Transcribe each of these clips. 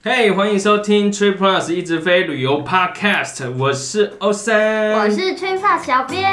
嘿，欢迎收听 Trip Plus 一直飞旅游 Podcast， 我是欧森， 我是 Trip Plus 小编。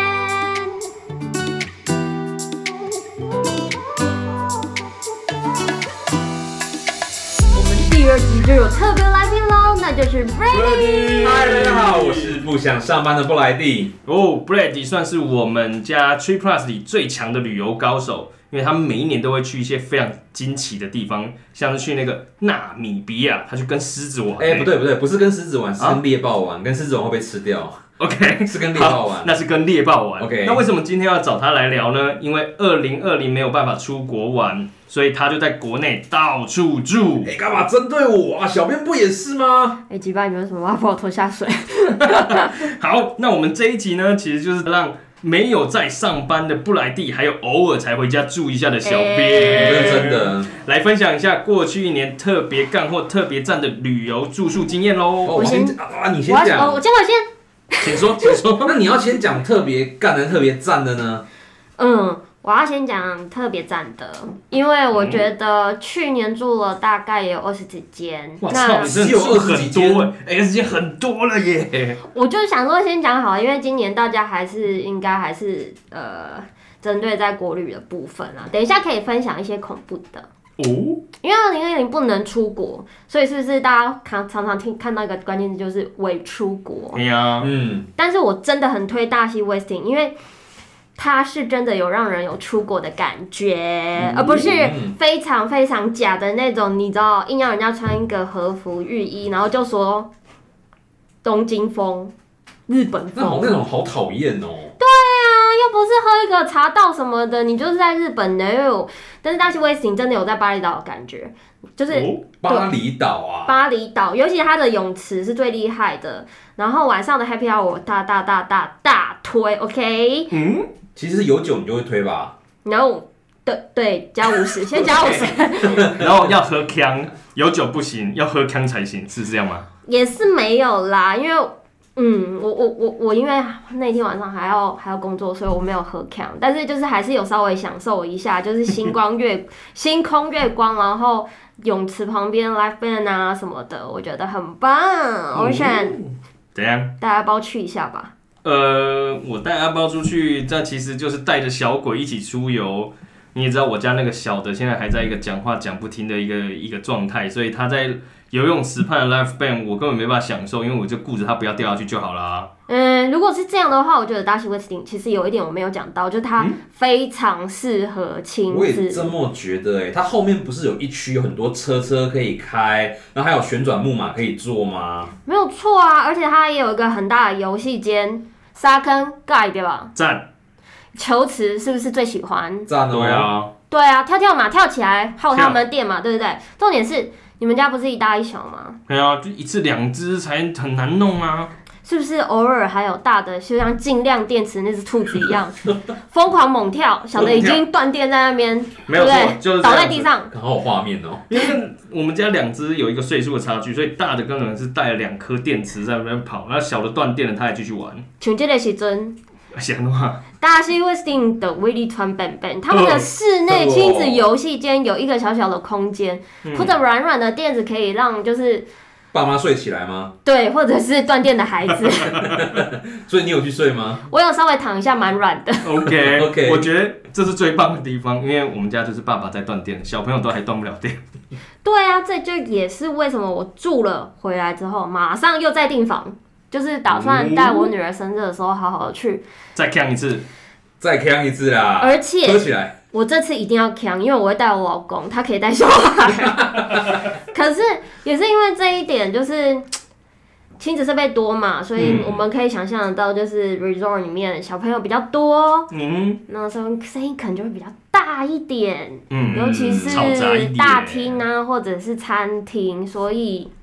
我们第2集就有特别来宾喽，那就是 Brady。 嗨，大家好，我是不想上班的布莱蒂。 Brady 算是我们家 Trip Plus 里最强的旅游高手。因为他们每一年都会去一些非常惊奇的地方，像是去那个纳米比亚，他去跟狮子玩。 不对，不是跟狮子玩，是跟猎豹玩。跟狮子玩会被吃掉。 OK， 是跟猎豹玩。 那是跟猎豹玩。 OK， 那为什么今天要找他来聊呢？因为2020没有办法出国玩，所以他就在国内到处住。 干嘛针对我啊？小编不也是吗？ 吉巴，你为什么要把我拖下水？ 好，那我们这一集呢，其实就是让没有在上班的布莱蒂，还有偶尔才回家住一下的小编， 真的来分享一下过去一年特别干或特别赞的旅游住宿经验喽。 你先讲。 我先。 请说。 那你要先讲特别干的、特别赞的呢？ 我要先讲特别赞的，因为我觉得去年住了大概也有20几间。 哇操，你真的住很多，20几间很多了耶！ 我就想说先讲好，因为今年大家应该还是针对在国旅的部分啦。等一下可以分享一些恐怖的。因为2020不能出国，所以是不是大家常常看到一个关键字就是伪出国？ 对呀， 但是我真的很推大溪 Westin， 因为它是真的有让人有出国的感觉，而不是非常非常假的那种，你知道，硬要人家穿一个和服浴衣，然后就说东京风、日本风， 那种好讨厌哦。 又不是喝一个茶道什么的，你就是在日本的。但是大溪 Westin 真的有在巴厘岛的感觉，就是巴厘岛啊， 巴厘岛，尤其它的泳池是最厉害的。然后晚上的 Happy Hour 我大推 ，OK？ 其实有酒你就会推吧？ 然后对，加50，先加50。 然后要喝康，有酒不行，要喝康才行，是这样吗？ 也是没有啦，因为我因为那天晚上还要工作，所以我没有喝康，但是就是还是有稍微享受一下，就是星空月光，然后泳池旁边 live band 啊什么的，我觉得很棒。我想怎样？ 带阿包去一下吧。 我带阿包出去，这其实就是带着小鬼一起出游。你也知道我家那个小的现在还在一个讲话讲不听的一个状态，所以他在游泳池畔的 live band 我根本没办法享受，因为我就顾着他不要掉下去就好啦。 如果是这样的话，我觉得大溪 Westin 其实有一点我没有讲到，就是它非常适合亲子。 我也这么觉得它后面不是有一区有很多车可以开，然后还有旋转木马可以坐吗？ 没有错啊，而且它也有一个很大的游戏间，沙坑盖对吧？ 赞。 球池是不是最喜欢？ 赞哦！ 对啊，跳马跳起来耗他们的电嘛，对不对？重点是你们家不是一大一小吗？ 对啊，就一次2只才很难弄啊。 是不是偶尔还有大的，就像尽量电池那只兔子一样，疯狂猛跳，小的已经断电在那边， 没有错，就是倒在地上， 好有画面哦。 因为我们家2只有一个岁数的差距，所以大的根本是带了2颗电池在那边跑，那小的断电了，他还继续玩。 像这个时阵。大溪 Westin 的威力川本本，他们的室内亲子游戏间有一个小小的空间，铺着软软的垫子，可以让就是爸妈睡起来吗？ 对，或者是断电的孩子。 所以你有去睡吗？ 我有稍微躺一下，蛮软的。 OK， 我觉得这是最棒的地方，因为我们家就是爸爸在断电，小朋友都还断不了电。 对啊，这就也是为什么我住了回来之后，马上又再订房。就是打算带我女儿生日的时候，好好的去再扛一次啦！ 而且喝起来， 我这次一定要扛，因为我会带我老公，他可以带小孩。可是也是因为这一点，就是亲子设备多嘛，所以我们可以想象得到，就是 resort 里面小朋友比较多，那声音可能就会比较大一点，尤其是大厅啊，或者是餐厅，所以。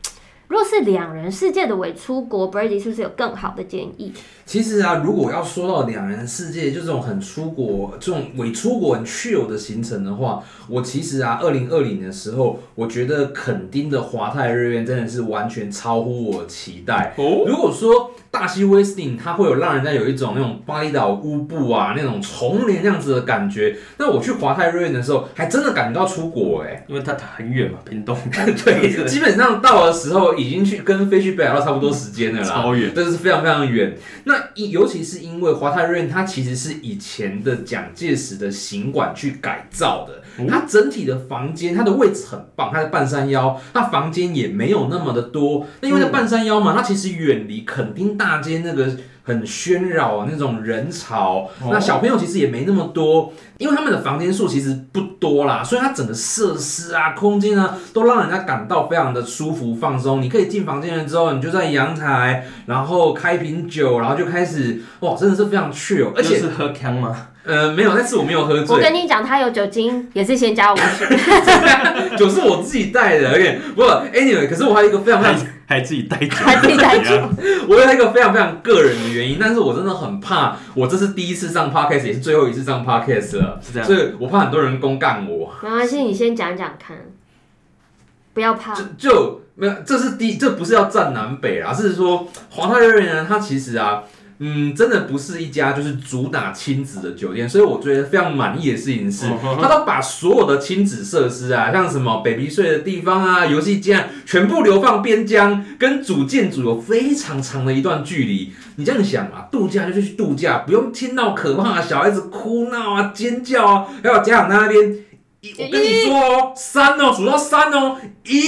若是2人世界的伪出国 ，Brady 是不是有更好的建议？ 其实啊，如果要说到2人世界，就这种很出国、这种伪出国很 chill 的行程的话，我其实啊，2020的时候，我觉得垦丁的华泰日苑真的是完全超乎我的期待。如果说大溪威斯汀它会有让人家有一种那种巴厘岛乌布啊那种丛林那样子的感觉，那我去华泰日苑的时候，还真的感觉到出国因为它很远嘛，屏东。 对，基本上到的时候已经飞去北海道差不多时间了啦， 超远， 这是非常非常远。那尤其是因为华泰日苑它其实是以前的蒋介石的行馆去改造的，它整体的房间它的位置很棒，它在半山腰，它房间也没有那么的多。那因为在半山腰嘛，它其实远离垦丁大街那个很喧扰那种人潮，那小朋友其实也没那么多，因为他们的房间数其实不多啦，所以它整个设施啊、空间啊，都让人家感到非常的舒服放松。你可以进房间了之后，你就在阳台，然后开瓶酒，然后就开始，哇，真的是非常 chill， 而且就是喝康吗？ 没有，那次我没有喝醉。 我跟你讲，他有酒精，也是先加50。 酒是我自己带的，而且不过 anyway， 可是我还有一个非常还自己带酒， 还自己带酒。 我有一个非常非常个人的原因，但是我真的很怕，我这是第一次上 podcast， 也是最后一次上 podcast 了，所以我怕很多人公干我。 没关系，你先讲讲看，不要怕。 就没有，这不是要站南北啦，是说华泰日苑呢，它其实啊。真的不是一家就是主打亲子的酒店，所以我觉得非常满意的事情是，他都把所有的亲子设施啊，像什么 baby 睡的地方啊、游戏间啊，全部流放边疆，跟主建筑有非常长的一段距离。你这样想嘛，度假就去度假，不用听到可怕的小孩子哭闹啊、尖叫啊，还有家长在那边，我跟你说哦，3哦，数到3哦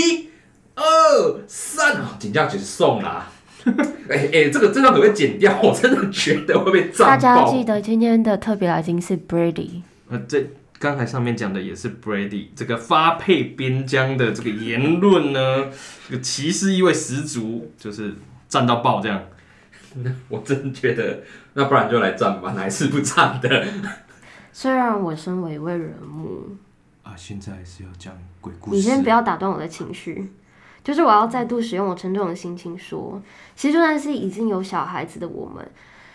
，1、2、3，紧张就是送啦。这段可不可以剪掉？我真的觉得会被赞爆。 大家记得今天的特别来宾是 Brady。 这刚才上面讲的也是 Brady， 这个发配边疆的这个言论呢，这个歧视意味十足，就是赞到爆这样。 我真觉得，那不然就来赞吧，哪一次不赞的？ 虽然我身为一位人母现在是要讲鬼故事。 你先不要打断我的情绪。就是我要再度使用我沉重的心情说，其实就算是已经有小孩子的我们，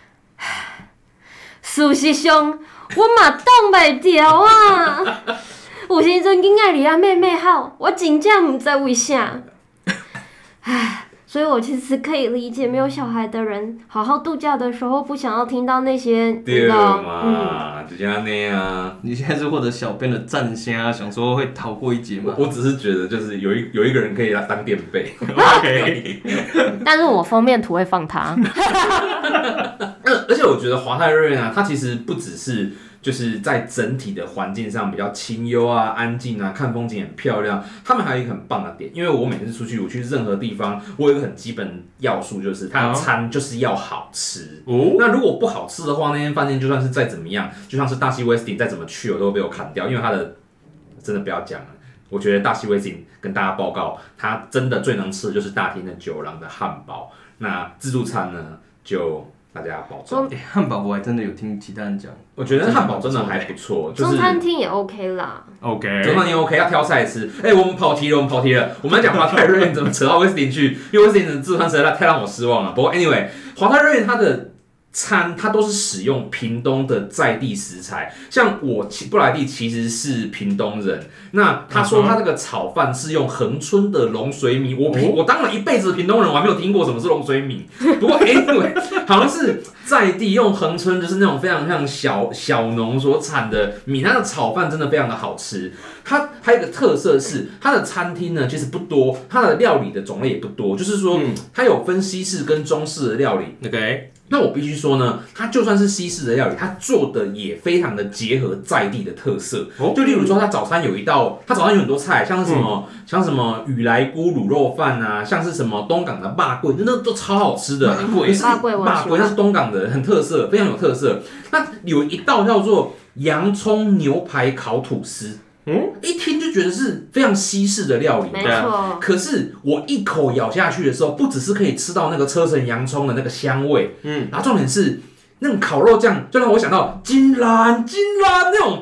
事实上我嘛挡袂掉啊！有时阵囡仔离啊妹妹好，我真正唔知为啥。所以我其实可以理解没有小孩的人好好度假的时候不想要听到那些， 对嘛，就这样那样。 你现在是获得小编的赞声，想说会逃过一劫吗？ 我只是觉得就是有一个人可以来当垫背。 OK， 但是我封面图会放他。 而且我觉得华泰日苑啊，它其实不只是就是在整体的环境上比较清幽啊、安静啊，看风景很漂亮。他们还有一个很棒的点，因为我每次出去，我去任何地方，我有一个很基本要素，就是它的餐就是要好吃。那如果不好吃的话，那间饭店就算是再怎么样，就像是大溪威斯汀再怎么去，我都会被我砍掉，因为它的真的不要讲了。我觉得大溪威斯汀跟大家报告，它真的最能吃的就是大厅的酒廊的汉堡。那自助餐呢，就大家保重。 汉堡我还真的有听其他人讲， 我觉得汉堡真的还不错，就是中餐厅也 OK 啦。 OK， 中餐厅 OK， 要挑菜吃。我们跑题了。我们要讲华泰日苑怎么扯到威斯汀去，因为威斯汀的自助餐实在太让我失望了。不过 anyway， 华泰日苑它的餐它都是使用屏东的在地食材，像我布莱蒂其实是屏东人，那他说他这个炒饭是用恒春的龙水米，我当了一辈子屏东人，我还没有听过什么是龙水米。不过 anyway， 好像是在地用恒春，就是那种非常像小农所产的米，它的炒饭真的非常的好吃。它还有一个特色是，它的餐厅呢其实不多，它的料理的种类也不多，就是说它有分西式跟中式的料理。 OK。 那我必须说呢，它就算是西式的料理，它做的也非常的结合在地的特色。就例如说，它早餐有很多菜，像是什么雨来菇卤肉饭啊，像是什么东港的霸贵，真的都超好吃的。 霸贵那是东港的，很特色，非常有特色。那有一道叫做洋葱牛排烤吐司。一听就觉得是非常西式的料理， 没错。 可是我一口咬下去的时候，不只是可以吃到那个车城洋葱的那个香味，然后重点是那种烤肉酱，就让我想到金兰那种，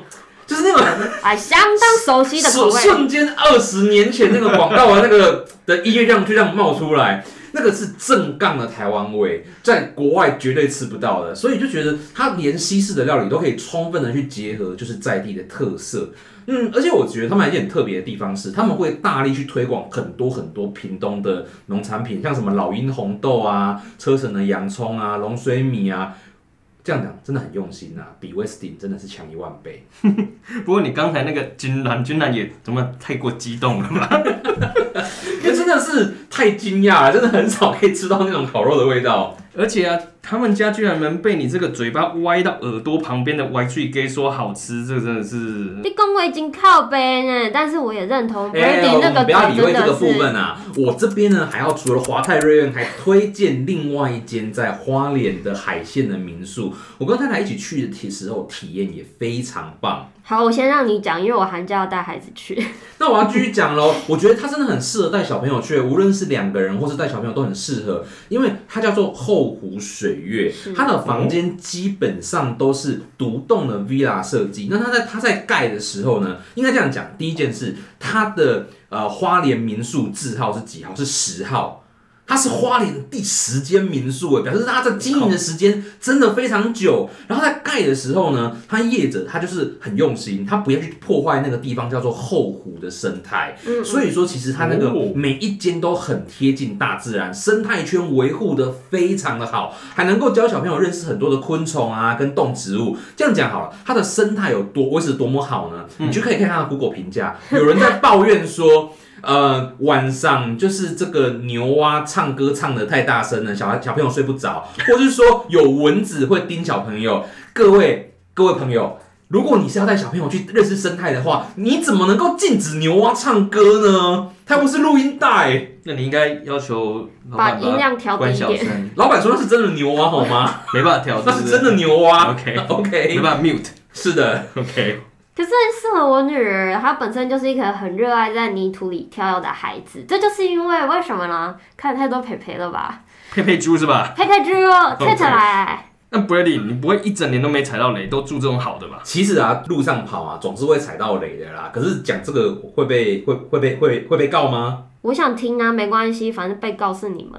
就是那种相当熟悉的口味， 瞬间20年前那个广告的那个的音乐就这样冒出来。那个是正杠的台湾味，在国外绝对吃不到的，所以就觉得它连西式的料理都可以充分的去结合，就是在地的特色。而且我觉得他们有一点特别的地方是，他们会大力去推广很多很多屏东的农产品，像什么老鹰红豆啊、车城的洋葱啊、龙水米啊。这样讲真的很用心啊，比 Westin 真的是强10000倍。 不过你刚才那个君兰也怎么太过激动了吧？ 因为真的是太惊讶了，真的很少可以吃到那种烤肉的味道。 而且啊，他们家居然能被你这个嘴巴歪到耳朵旁边的歪嘴给说好吃，这真的是。 你讲话真靠背呢，但是我也认同 Brady 那个不要理会这个部分啊。我这边呢，还要除了华泰瑞苑，还推荐另外一间在花莲的海鲜的民宿。我跟太太一起去的时候，体验也非常棒。 好，我先让你讲，因为我寒假要带孩子去。 那我要继续讲喽。我觉得它真的很适合带小朋友去，无论是2个人或是带小朋友都很适合，因为它叫做后湖水月，它的房间基本上都是独栋的 villa 设计。那它在盖的时候呢，应该这样讲，第一件事，它的花莲民宿字号是几号？是10号。它是花莲第10间民宿，表示它在经营的时间真的非常久。然后在盖的时候呢，它业者他就是很用心，他不要去破坏那个地方叫做后湖的生态。所以说，其实它那个每一间都很贴近大自然，生态圈维护的非常的好，还能够教小朋友认识很多的昆虫啊，跟动植物。这样讲好了，它的生态有维持多么好呢？你就可以看它的 Google 评价，有人在抱怨说。晚上就是这个牛蛙唱歌唱得太大声了，小朋友睡不着，或是说有蚊子会叮小朋友。各位朋友，如果你是要带小朋友去认识生态的话，你怎么能够禁止牛蛙唱歌呢？它不是录音带。 那你应该要求老把板音量调低一点。 老板说那是真的牛蛙好吗？ 没办法调， 那是真的牛蛙。 OK， 没办法 mute。 是的 ，OK。 可是很适合我女儿，她本身就是一个很热爱在泥土里跳跃的孩子。这就是因为什么呢？看太多佩佩了吧？ 佩佩猪是吧？ 佩佩猪，跳起来！ 那 Brady， 你不会一整年都没踩到雷，都住这种好的吧？ 其实啊，路上跑啊，总是会踩到雷的啦。可是讲这个会被告吗？ 我想听啊，没关系，反正被告是你们。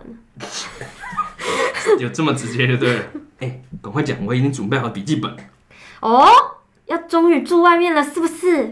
有这么直接就对了。赶快讲，我已经准备好笔记本。 哦。要终于住外面了，是不是？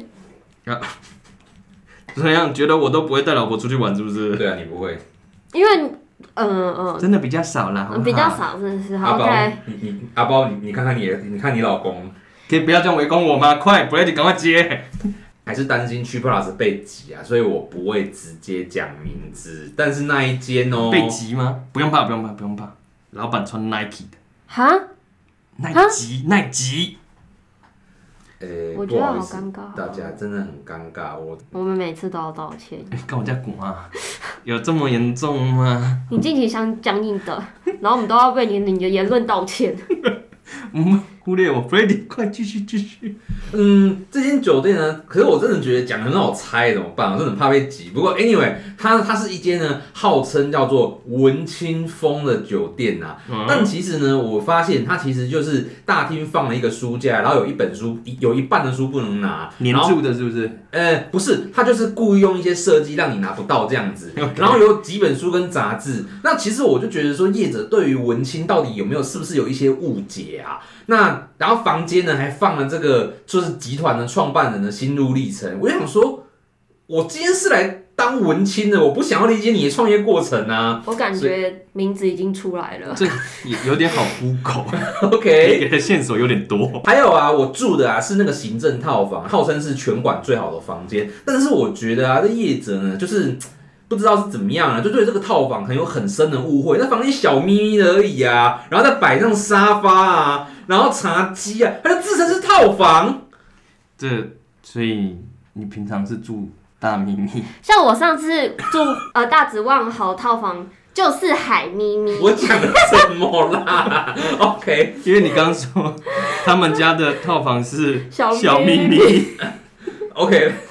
怎样？觉得我都不会带老婆出去玩，是不是？ 对啊，你不会， 因为真的比较少啦， 比较少，真的是。 阿包， OK， 阿包，你看看你老公， 可以不要这样围攻我吗？快 ，Brady， 赶快接。 还是担心去 Plus 被挤啊，所以我不会直接讲名字。但是那一间哦， 被挤吗？不用怕，老板穿 Nike 的。 哈？ 耐吉。 我觉得好尴尬， 大家真的很尴尬。 我们每次都要道歉。 跟我家滚啊！有这么严重吗？ 你近期僵硬的，然后我们都要为你的言论道歉。 忽略我 ，Brady， 快继续。 这间酒店呢，可是我真的觉得讲很好猜，怎么办？我真的很怕被挤。不过 anyway， 它是一间呢，号称叫做文青风的酒店啊。但其实呢，我发现它其实就是大厅放了一个书架，然后有一本书，有一半的书不能拿， 黏住的是不是？ 不是，它就是故意用一些设计让你拿不到这样子。然后有几本书跟杂志。那其实我就觉得说，业者对于文青到底是不是有一些误解啊？那然后房间呢还放了这个就是集团的创办人的心路历程。我就想说，我今天是来当文青的，我不想要理解你的创业过程啊。 我感觉名字已经出来了， 这有点好糊口。 OK， 给的线索有点多。 还有啊，我住的啊是那个行政套房，号称是全馆最好的房间。但是我觉得啊，这业者呢就是不知道是怎么样啊，就对这个套房很深的误会。那房间小咪咪的而已啊，然后再摆上沙发啊，然后茶几啊，它就自称是套房。 所以你平常是住大咪咪？ 像我上次住大直万豪套房就是海咪咪。 我讲的什么啦？OK， 因为你刚说他们家的套房是小咪咪。 OK，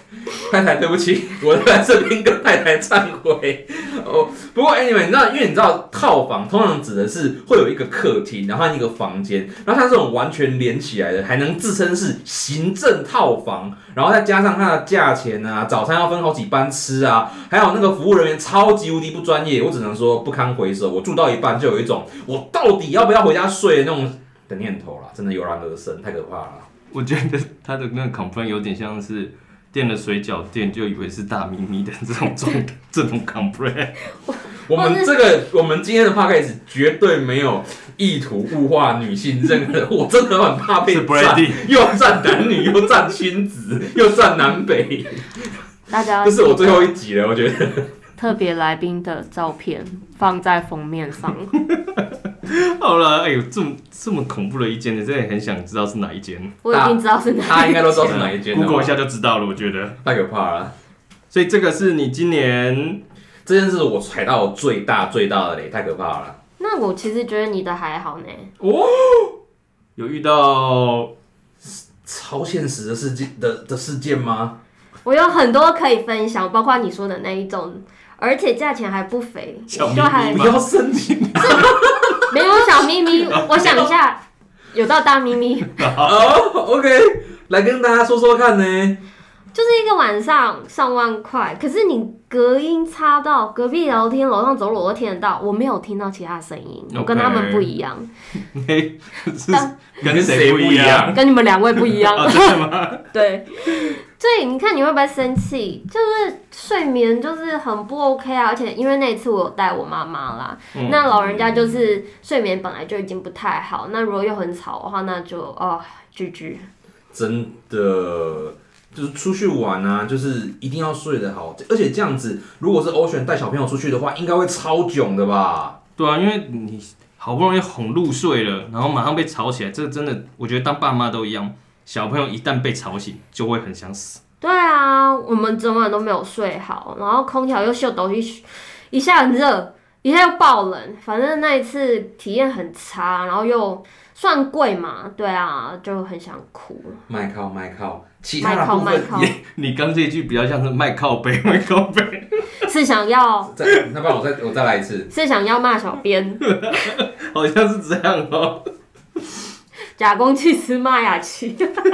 太太，对不起，我在这边跟太太忏悔。哦，不过 anyway， 因为你知道套房通常指的是会有一个客厅，然后一个房间，然后它这种完全连起来的，还能自称是行政套房，然后再加上它的价钱啊，早餐要分好几班吃啊，还有那个服务人员超级无敌不专业，我只能说不堪回首。我住到一半就有一种我到底要不要回家睡的那种的念头啦，真的油然而生，太可怕了。 我觉得他的那个 complaint 有点像是垫了水饺店就以为是大咪咪的这种 complaint。 我们今天的 podcast 绝对没有意图物化女性任何，我真的很怕被站，又站男女，又站亲子，又站南北。 大家这是我最后一集了，我觉得。 特别来宾的照片放在封面上。 好了，哎呦，这么恐怖的一间，你真的很想知道是哪一间？ 我已经知道是哪一间， 他应该都知道是哪一间 ，Google 一下就知道了。我觉得太可怕了。 所以这个是你今年这件事我踩到最大的雷，太可怕了。 那我其实觉得你的还好呢。 哦，有遇到超现实的事件吗？ 我有很多可以分享，包括你说的那一种，而且价钱还不菲，就还不要生气。 没有小咪咪，我想一下，有到大咪咪。 OK， 来跟大家说说看呢。 就是一个晚上上万块，可是你隔音差到隔壁聊天，楼上走路我都聽得到，我没有聽到其他声音，我跟他们不一样。 跟谁不一样？ 跟你们两位不一样。 真的吗？ 对。所以你看你会不会生气？就是睡眠就是很不 OK 啊，而且因为那一次我有带我妈妈啦，那老人家就是睡眠本来就已经不太好，那如果又很吵的话，那就GG。 真的。就是出去玩啊，就是一定要睡得好，而且这样子，如果是Ocean带小朋友出去的话，应该会超囧的吧？ 对啊，因为你好不容易哄入睡了，然后马上被吵起来，这个真的，我觉得当爸妈都一样，小朋友一旦被吵醒，就会很想死。 对啊，我们整晚都没有睡好，然后空调又秀抖一下很热，一下又爆冷，反正那一次体验很差，然后又算贵嘛，对啊，就很想哭。 卖靠，其他的部分， 你刚这一句比较像是卖靠背， 是想要， 那不然我再来一次， 是想要骂小编， 好像是这样哦。 假公济私，骂雅琪。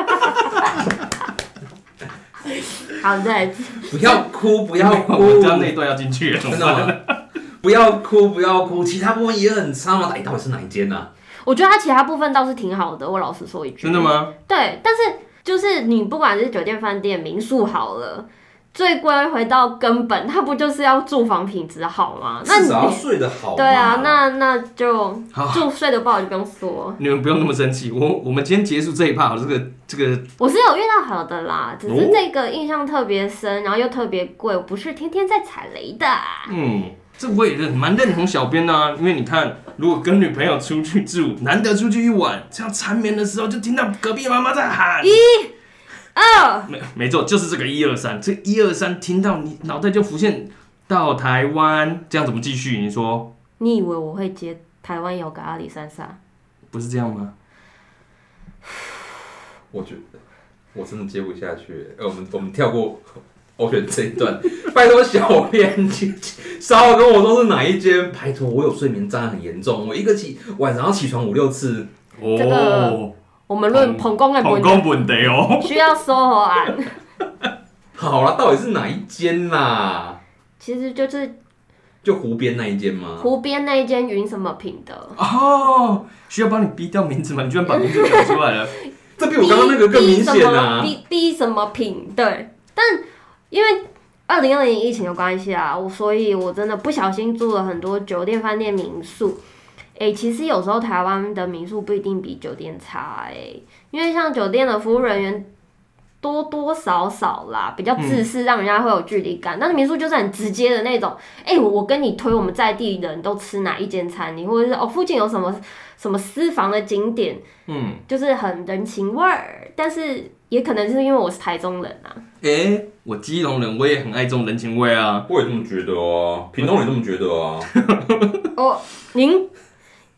好，再来一次。 不要哭，不要哭， 我知道那一段要进去了， 真的吗？不要哭，其他部分也很差嘛。到底是哪一间啊？ 我觉得它其他部分倒是挺好的，我老实说一句。 真的吗？ 对，但是就是你不管是酒店、饭店、民宿好了，最归回到根本，它不就是要住房品质好吗？那至少要睡得好嘛。 对啊，那就住睡得不好就不用说。 你们不用那么生气，我们今天结束这一 part，这个我是有遇到好的啦，只是这个印象特别深，然后又特别贵，我不是天天在踩雷的。 这我也蛮认同小编的啊，因为你看，如果跟女朋友出去住，难得出去一晚，这样缠绵的时候就听到隔壁妈妈在喊 1、2， 没错，就是这个1、2、3，这1、2、3听到你脑袋就浮现到台湾，这样怎么继续？你说？ 你以为我会接台湾有个阿里山萨？ 不是这样吗？ 我觉得我真的接不下去，我们跳过。我选这一段，拜托小编稍微跟我说是哪一间，拜托我有睡眠障碍很严重，我晚上要起床5、6次。 这个我们论捧公的问题哦， 需要收好案。 好了，到底是哪一间啦？ 其实就湖边那一间吗？ 湖边那一间云什么品的哦，需要帮你逼掉名字吗？你居然把名字讲出来了， 这比我刚刚那个更明显啊 ！B 什么品？对，但因为2020年疫情的关系啊，所以我真的不小心住了很多酒店、饭店、民宿。其实有时候台湾的民宿不一定比酒店差因为像酒店的服务人员多多少少啦，比较自私，让人家会有距离感。但是民宿就是很直接的那种，我跟你推我们在地人都吃哪一间餐厅，或者是附近有什么私房的景点，就是很人情味儿。但是也可能是因为我是台中人啊。 我基隆人，我也很爱这种人情味啊。 我也这么觉得啊，屏东也这么觉得啊。 您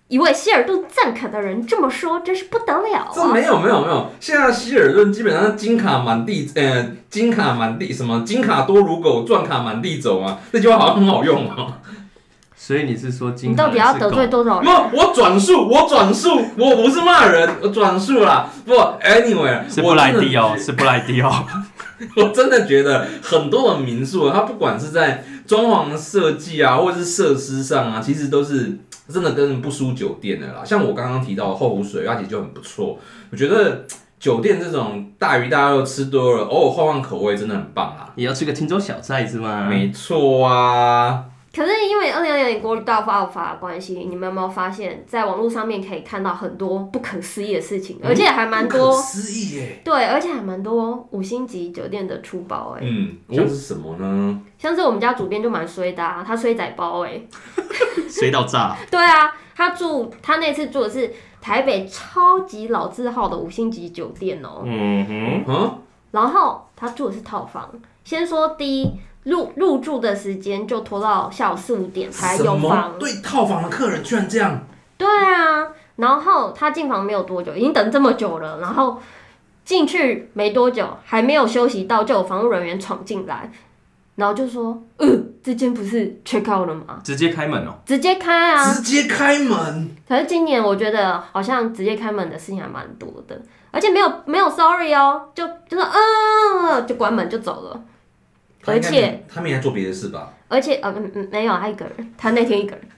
一位希尔顿赞可的人这么说，真是不得了啊！ 这没有，现在希尔顿基本上金卡满地，什么金卡多如狗，赚卡满地走啊，这句话好像很好用啊。 所以你是说金你卡到底要得罪多少人？ 我转述，我不是骂人，我转述啦。不 ，anyway， 是布莱蒂哦，是布莱蒂哦。 我真的觉得很多的民宿，它不管是在装潢设计啊，或者是设施上啊，其实都是真的跟不输酒店的啦。像我刚刚提到的后湖水它其实就很不错。我觉得酒店这种大鱼大肉吃多了，偶尔换换口味真的很棒啊。 也要吃个青州小菜是吗？ 没错啊。 可是因为2020年国旅大爆发的关系，你们有没有发现，在网络上面可以看到很多不可思议的事情，而且还蛮多。 不可思议耶！ 对，而且还蛮多5星级酒店的出包哎。 像是什么呢？ 像是我们家主编就蛮衰的啊，他衰仔包哎。 衰到炸。 对啊，他那次住的是台北超级老字号的5星级酒店哦。然后他住的是套房，先说第一。入住的时间就拖到下午4、5点才有房。 对套房的客人居然这样？ 对啊，然后他进房没有多久，已经等这么久了，然后进去没多久，还没有休息到，就有房务人员闯进来，然后就说：“这间不是 check out 了吗？” 直接开门哦。 直接开啊！ 直接开门。 可是今年我觉得好像直接开门的事情还蛮多的，而且没有 sorry 哦，就说就关门就走了。而且他没来做别的事吧？ 而且没有，他一个人，他那天一个人。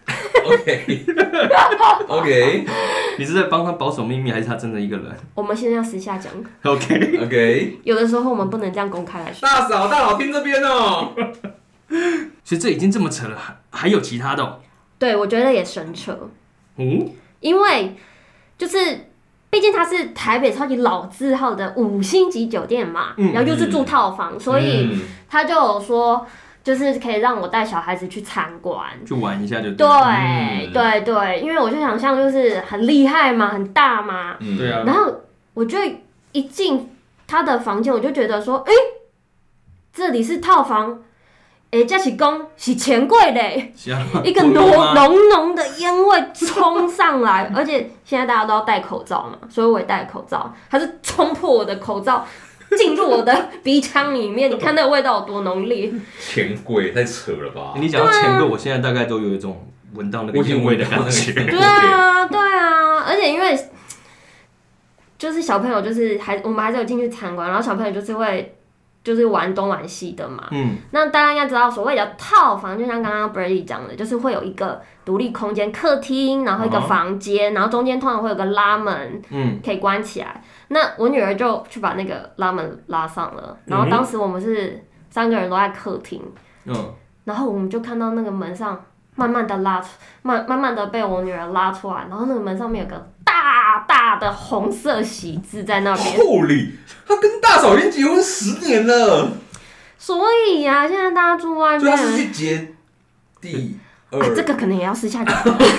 OK， 你是在帮他保守秘密，还是他真的一个人？ 我们现在要私下讲。 OK， 有的时候我们不能这样公开来说。 大嫂大佬听这边哦。 所以这已经这么扯了，还有其他的哦？ 对，我觉得也神扯。因为就是。毕竟它是台北超级老字号的5星级酒店嘛，然后又是住套房，所以他就有说，就是可以让我带小孩子去参观， 去玩一下就对，因为我就想象就是很厉害嘛，很大嘛， 对啊。 然后我就一进他的房间，我就觉得说，这里是套房。这是讲是钱柜嘞，一个浓的烟味冲上来，而且现在大家都要戴口罩嘛，所以我也戴口罩，它是冲破我的口罩，进入我的鼻腔里面，你看那个味道有多浓烈。 钱柜太扯了吧？ 你讲到钱柜，我现在大概都有一种闻到那个烟味的感觉。 对啊，而且因为就是小朋友就是我们还是有进去参观，然后小朋友就是会。就是玩东玩西的嘛，那大家应该知道，所谓的套房，就像刚刚 Brady 讲的，就是会有一个独立空间，客厅，然后一个房间，然后中间通常会有个拉门，可以关起来。那我女儿就去把那个拉门拉上了，然后当时我们是3个人都在客厅，然后我们就看到那个门上慢慢的被我女儿拉出来，然后那个门上面有个大的红色喜字在那边。 Holy， 他跟大嫂已经结婚10年了。 所以啊，现在大家住外面， 所以他是去结第2。 这个可能也要私下讲。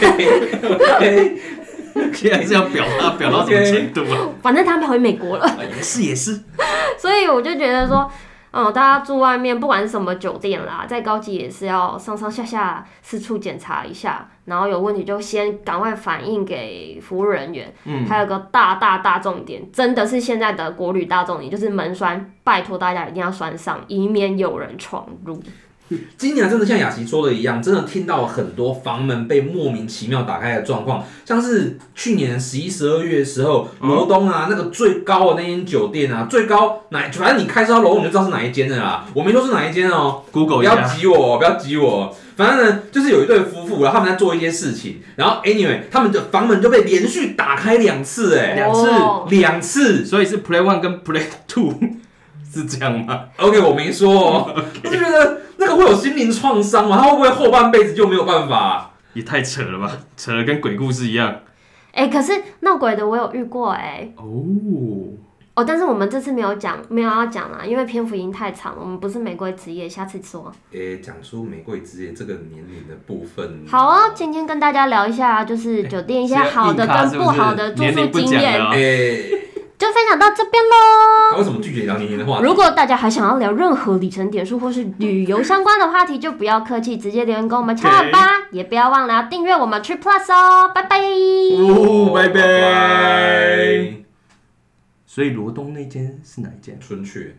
OK， 现在是要表到什么程度啊？ 反正他们回美国了。 也是。 所以我就觉得说。大家住外面，不管是什么酒店啦，再高级也是要上下四处检查一下，然后有问题就先赶快反映给服务人员。还有个大重点，真的是现在的国旅大重点，就是门栓，拜托大家一定要栓上，以免有人闯入。 今年真的像雅琪说的一样，真的听到很多房门被莫名其妙打开的状况，像是去年11、12月的时候，罗东啊那个最高的那间酒店啊，最高反正你开车到楼你就知道是哪一间的啦，我没说是哪一间哦 ，Google 一下，不要急我，反正呢就是有一对夫妇，然后他们在做一些事情，然后 anyway 他们的房门就被连续打开2次，2次， 所以是 Play 1跟 Play 2。是这样吗 ？OK， 我没说哦，我就觉得那个会有心灵创伤吗？他会不会后半辈子就没有办法？ 也太扯了吧，扯得跟鬼故事一样。 可是闹鬼的我有遇过但是我们这次没有要讲啦，因为篇幅已经太长，我们不是玫瑰之夜，下次说。 讲出玫瑰之夜这个年龄的部分。 好啊，今天跟大家聊一下，就是酒店一些好的跟不好的住宿经验。 就分享到这边喽。 他为什么拒绝聊年龄的话题？ 如果大家还想要聊任何里程点数或是旅游相关的话题，就不要客气，直接留言跟我们敲碗吧。也不要忘了要订阅我们 Trip Plus 哦，拜拜。 拜拜。 拜。 所以罗东那间是哪一间？ 春雀。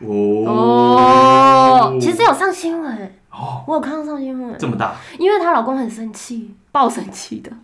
哦，其实有上新闻， 哦， 我有看到上新闻， 这么大， 因为她老公很生气，爆生气的。